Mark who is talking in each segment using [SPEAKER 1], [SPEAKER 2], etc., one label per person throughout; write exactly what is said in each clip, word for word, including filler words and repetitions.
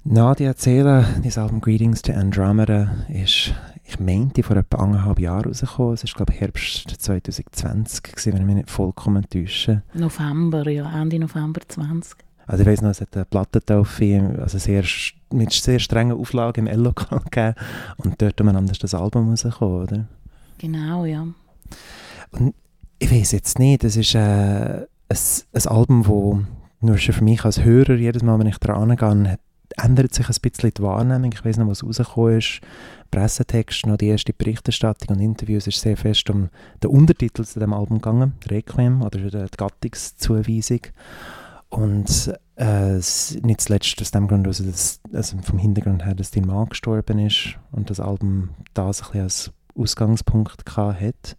[SPEAKER 1] Nadia Zela, das Album «Greetings to Andromeda» ist, ich meinte, vor etwa anderthalb Jahren rausgekommen. Es war, glaube ich, Herbst zwanzig zwanzig, gewesen, wenn ich mich nicht vollkommen täusche.
[SPEAKER 2] November, ja, Ende November zwanzig.
[SPEAKER 1] Also ich weiss noch, es hat eine Plattentaufe, also sehr, mit sehr strengen Auflagen im L-Lokal gegeben. Und dort umeinander ist das Album rausgekommen, oder?
[SPEAKER 2] Genau, ja.
[SPEAKER 1] Und ich weiss jetzt nicht, es ist äh, ein, ein Album, das nur schon für mich als Hörer, jedes Mal, wenn ich daran gehe, ändert sich ein bisschen die Wahrnehmung. Ich weiss noch, was rausgekommen ist. Pressetext, noch die erste Berichterstattung und Interviews ist sehr fest um den Untertitel zu diesem Album gegangen, Requiem, oder die Gattungszuweisung. Und äh, nicht zuletzt aus dem Grund, also, dass, also vom Hintergrund her, dass dein Mann gestorben ist und das Album das ein bisschen als Ausgangspunkt hatte.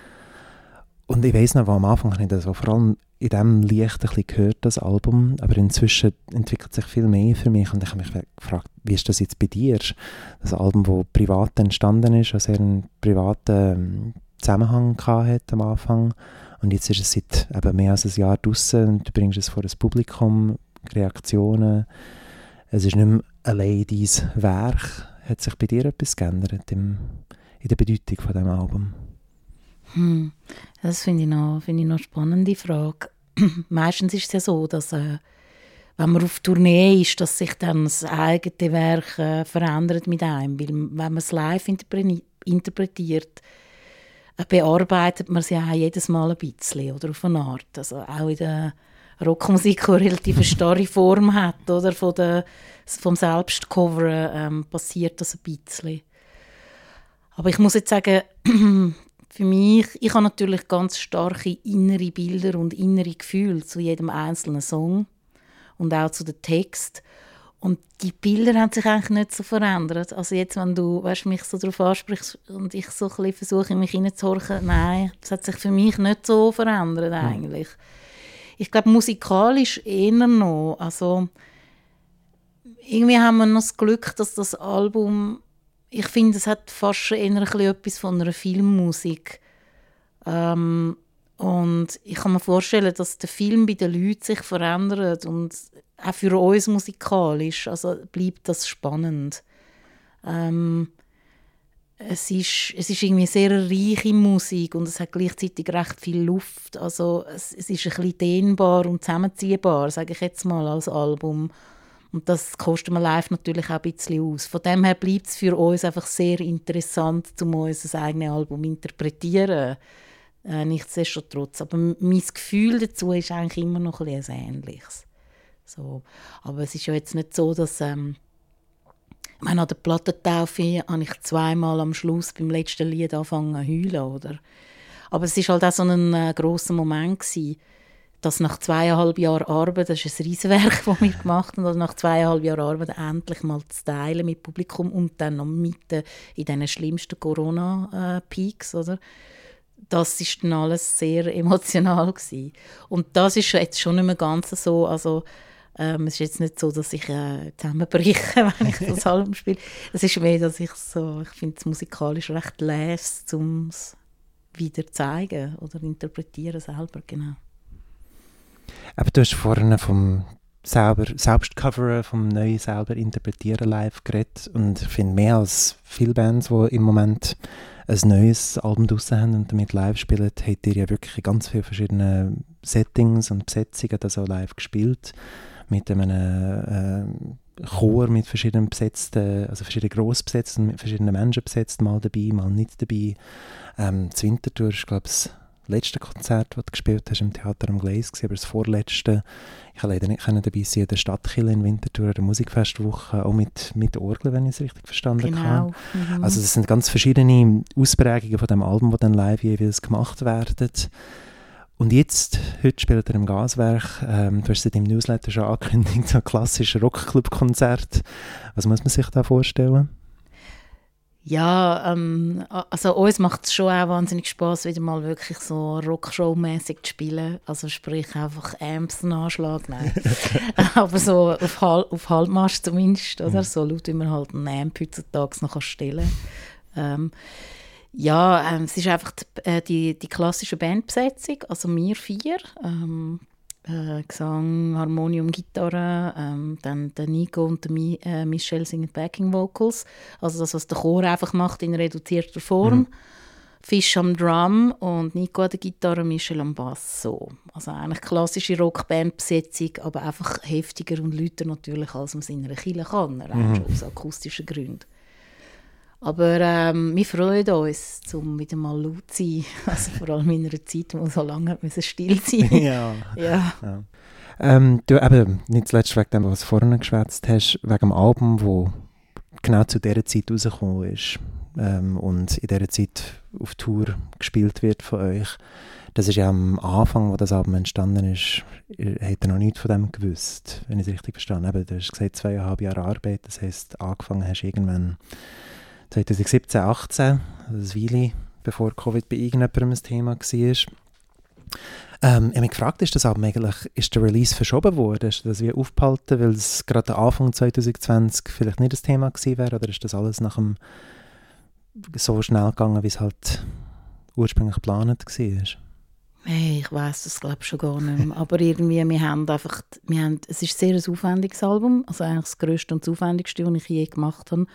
[SPEAKER 1] Und ich weiss noch, wo am Anfang habe ich das vor allem in diesem Licht ein bisschen gehört, das Album, aber inzwischen entwickelt sich viel mehr für mich und ich habe mich gefragt, wie ist das jetzt bei dir? Das Album, das privat entstanden ist, also einen privaten Zusammenhang hatte am Anfang und jetzt ist es seit eben mehr als ein Jahr draussen und du bringst es vor das Publikum, Reaktionen. Es ist nicht mehr allein dein Werk. Hat sich bei dir etwas geändert im, in der Bedeutung von diesem Album?
[SPEAKER 2] Hm. Das finde ich, noch, find ich noch eine spannende Frage. Meistens ist es ja so, dass äh, wenn man auf Tournee ist, dass sich dann das eigene Werk äh, verändert mit einem. Weil wenn man es live interpre- interpretiert, äh, bearbeitet man es ja auch jedes Mal ein bisschen oder auf eine Art. Also auch in der Rockmusik, die eine relativ starre Form hat, oder von der, vom Selbstcover ähm, passiert das ein bisschen. Aber ich muss jetzt sagen, für mich, ich habe natürlich ganz starke innere Bilder und innere Gefühle zu jedem einzelnen Song und auch zu dem Text. Und die Bilder haben sich eigentlich nicht so verändert. Also jetzt, wenn du weißt, mich so darauf ansprichst und ich so ein bisschen versuche, mich hineinzuhorchen, nein, das hat sich für mich nicht so verändert eigentlich. Ich glaube, musikalisch eher noch. Also, irgendwie haben wir noch das Glück, dass das Album, ich finde, es hat fast schon eher ein bisschen etwas von einer Filmmusik. Ähm, und ich kann mir vorstellen, dass der Film bei den Leuten sich verändert und auch für uns musikalisch, also bleibt das spannend. Ähm, es ist, es ist irgendwie sehr eine reiche Musik und es hat gleichzeitig recht viel Luft. Also es, es ist ein bisschen dehnbar und zusammenziehbar, sage ich jetzt mal, als Album. Und das kostet man live natürlich auch ein bisschen aus. Von dem her bleibt es für uns einfach sehr interessant, um unser eigenes Album zu interpretieren. Äh, nichtsdestotrotz. Aber mein Gefühl dazu ist eigentlich immer noch ein bisschen ein ähnliches. So. Aber es ist ja jetzt nicht so, dass... Ähm, ich meine, an der Plattentaufe habe ich zweimal am Schluss beim letzten Lied angefangen zu heulen. Oder? Aber es war halt auch so ein äh, grosser Moment gewesen, dass nach zweieinhalb Jahren Arbeit, das ist ein Riesenwerk, das wir gemacht haben, also nach zweieinhalb Jahren Arbeit endlich mal zu teilen mit Publikum und dann noch mitten in diesen schlimmsten Corona-Peaks, oder? Das ist dann alles sehr emotional gewesen. Und das ist jetzt schon nicht mehr ganz so, also ähm, es ist jetzt nicht so, dass ich äh, zusammenbreche, wenn ich das Album spiele. Es ist mehr, dass ich so, ich finde es musikalisch recht lese, um es wieder zu zeigen oder interpretieren selber, genau.
[SPEAKER 1] Aber du hast vorhin vom selber, Selbstcoveren, vom neuen selber interpretieren live geredet und ich finde, mehr als viele Bands, die im Moment ein neues Album draussen haben und damit live spielen, habt ihr ja wirklich in ganz vielen verschiedenen Settings und Besetzungen das auch live gespielt. Mit einem äh, Chor mit verschiedenen besetzten, also verschiedene gross besetzten, mit verschiedenen Menschen besetzt, mal dabei, mal nicht dabei. Ähm, das Winterthur ist, glaube ich, das letzte Konzert, das du gespielt hast, im Theater am Gleis, aber das vorletzte, ich habe leider nicht dabei sein, in der Stadtkirche in Winterthur, der Musikfestwoche, auch mit, mit Orgeln, wenn ich es richtig verstanden
[SPEAKER 2] genau.
[SPEAKER 1] habe.
[SPEAKER 2] Mhm.
[SPEAKER 1] Also das sind ganz verschiedene Ausprägungen von dem Album, die dann live jeweils gemacht werden. Und jetzt, heute spielt er im Gaswerk, ähm, du hast es in deinem Newsletter schon angekündigt, so ein klassisches Rockclub-Konzert. Was muss man sich da vorstellen?
[SPEAKER 2] Ja, ähm, also uns macht es schon auch wahnsinnig Spass, wieder mal wirklich so Rockshow-mäßig zu spielen. Also sprich einfach Amps Anschlag, nein. Aber so auf, Hal- auf Halbmast zumindest, oder? So laut, wie man halt einen Amp heutzutage noch stellen kann. Ähm, ja, ähm, es ist einfach die, äh, die, die klassische Bandbesetzung, also wir vier. Ähm, äh, Gesang, Harmonium, Gitarre, ähm, dann der Nico und der Mi, äh, Michelle singen Backing Vocals, also das, was der Chor einfach macht in reduzierter Form. Mhm. Fisch am Drum und Nico an der Gitarre, Michelle am Bass. So. Also eigentlich klassische Rockband-Besetzung, aber einfach heftiger und lauter natürlich, als man es in einer Kirche kann, rein mhm. schon aus akustischen Gründen. Aber ähm, wir freuen uns, um wieder mal laut zu sein. Also vor allem in einer Zeit, wo so lange müssen still sein.
[SPEAKER 1] Ja. ja. ja. Ähm, du eben, nicht zuletzt wegen dem, was du vorhin geschwätzt hast, wegen dem Album, das genau zu dieser Zeit rausgekommen ist. Ähm, und in dieser Zeit auf Tour gespielt wird von euch. Das ist ja am Anfang, wo das Album entstanden ist, hat er noch nichts von dem gewusst, wenn ich es richtig verstanden habe. Du hast gesagt, zweieinhalb Jahre Arbeit, das heisst, angefangen hast irgendwann zwanzig siebzehn, achtzehn, also eine Weile, bevor Covid bei irgendjemandem ein Thema war. Ähm, ich habe mich gefragt, ist das Album eigentlich, ist der Release verschoben worden? Ist das wie aufgehalten, weil es gerade Anfang zwanzig zwanzig vielleicht nicht das Thema gewesen wäre? Oder ist das alles nach dem so schnell gegangen, wie es halt ursprünglich geplant war?
[SPEAKER 2] Hey, ich weiss das glaube ich schon gar nicht mehr. Aber irgendwie, wir haben einfach, wir haben, es ist sehr ein aufwendiges Album, also eigentlich das grösste und das aufwendigste, das ich je gemacht habe.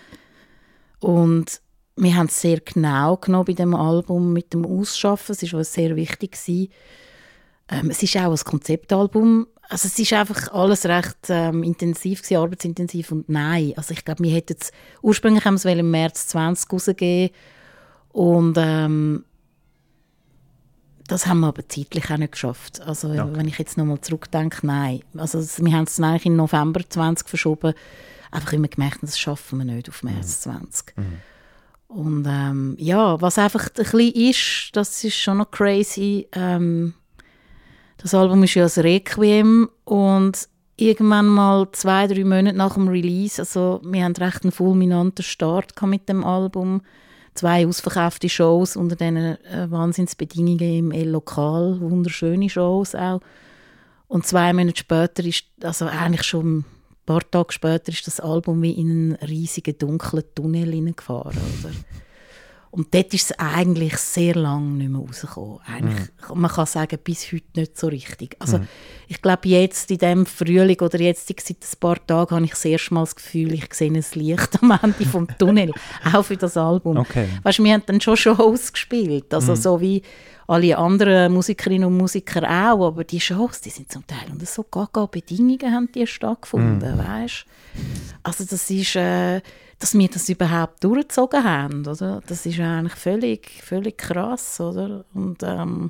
[SPEAKER 2] Und wir haben es sehr genau genommen bei dem Album mit dem Ausschaffen. Es war sehr wichtig. Ähm, es ist auch ein Konzeptalbum. Also es ist einfach alles recht ähm, intensiv gewesen, arbeitsintensiv und nein. Also ich glaube, wir hätten es ursprünglich haben wir es im März zwanzig rausgegeben und ähm, das haben wir aber zeitlich auch nicht geschafft. Also okay. Wenn ich jetzt nochmal zurückdenke, nein. Also wir haben es eigentlich im November zwanzig verschoben. Einfach immer gemerkt, das schaffen wir nicht auf März mhm. zwanzig. Mhm. Und ähm, ja, was einfach ein bisschen ist, das ist schon noch crazy. Ähm, das Album ist ja ein Requiem und irgendwann mal zwei, drei Monate nach dem Release, also wir hatten recht einen fulminanten Start mit dem Album. Zwei ausverkaufte Shows unter diesen äh, Wahnsinnsbedingungen im El-Lokal, wunderschöne Shows auch. Und zwei Monate später ist, also eigentlich schon ein paar Tage später, ist das Album wie in einen riesigen, dunklen Tunnel hineingefahren. Oder? Und dort ist es eigentlich sehr lange nicht mehr rausgekommen. Eigentlich, mm. Man kann sagen, bis heute nicht so richtig. Also, mm. Ich glaube, jetzt in diesem Frühling oder jetzt seit ein paar Tagen habe ich das erste Mal das Gefühl, ich sehe ein Licht am Ende vom Tunnel. Auch für das Album. Okay. Weißt, wir haben dann schon Shows gespielt. Also mm. so wie alle anderen Musikerinnen und Musiker auch. Aber die Shows, die sind zum Teil unter so gaga Bedingungen haben die stattgefunden. Mm. Weißt? Also das ist... Äh, dass wir das überhaupt durchgezogen haben, oder? Das ist eigentlich völlig, völlig krass, oder? Und ähm,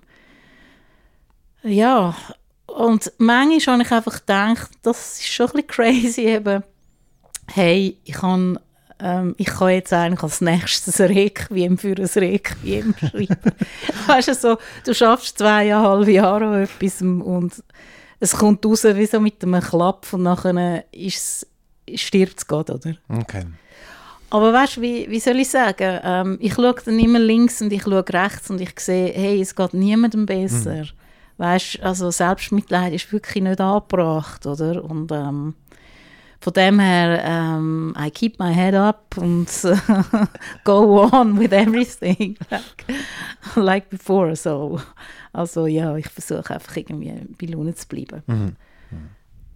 [SPEAKER 2] ja, und manchmal habe ich einfach gedacht, das ist schon ein bisschen crazy, eben, hey, ich kann, ähm, ich kann jetzt eigentlich als nächstes ein Requiem für ein Requiem schreiben. Weißt du, so, du schaffst zweieinhalb Jahre an etwas und es kommt raus wie so mit einem Klapp und nachher stirbt es gerade, oder?
[SPEAKER 1] Okay.
[SPEAKER 2] Aber weißt du, wie, wie soll ich sagen? Ähm, ich schaue dann immer links und ich schaue rechts und ich sehe, hey, es geht niemandem besser. Mhm. Weißt, also Selbstmitleid ist wirklich nicht angebracht, oder? Und ähm, von dem her, ähm, I keep my head up und uh, go on with everything, like, like before. So. Also ja, ich versuche einfach irgendwie bei Laune zu bleiben.
[SPEAKER 1] Mhm. Mhm.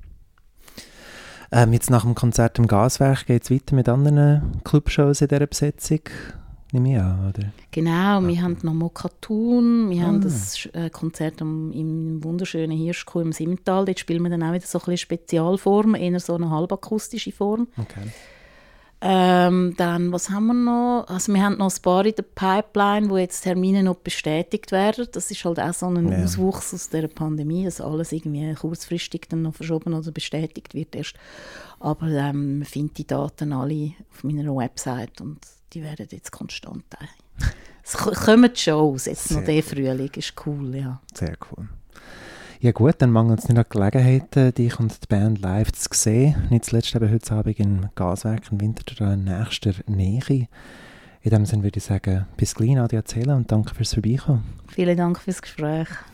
[SPEAKER 1] Ähm, jetzt nach dem Konzert im Gaswerk geht es weiter mit anderen Clubshows in dieser Besetzung, nehme ich an, oder?
[SPEAKER 2] Genau, wir ah. haben noch Mokatun, wir ah. haben das äh, Konzert am, im wunderschönen Hirschkuh im Simmental, dort spielen wir dann auch wieder so ein bisschen Spezialform, eher so eine halbakustische Form.
[SPEAKER 1] Okay.
[SPEAKER 2] Ähm, dann, was haben wir noch? Also wir haben noch ein paar in der Pipeline, wo jetzt Termine noch bestätigt werden. Das ist halt auch so ein ja. Auswuchs aus der Pandemie, dass alles irgendwie kurzfristig dann noch verschoben oder bestätigt wird erst. Aber ähm, man findet die Daten alle auf meiner Website und die werden jetzt konstant ein. Es kommen die Shows, jetzt Sehr noch der Frühling, ist cool, ja.
[SPEAKER 1] Sehr cool. Ja gut, dann mangelt es nicht an Gelegenheiten, dich und die Band live zu sehen. Nicht zuletzt eben heute Abend im Gaswerk in Winterthur in nächster Nähe. In dem Sinne würde ich sagen, bis gleich, Nadia Zähler, und danke fürs Vorbeikommen.
[SPEAKER 2] Vielen Dank fürs Gespräch.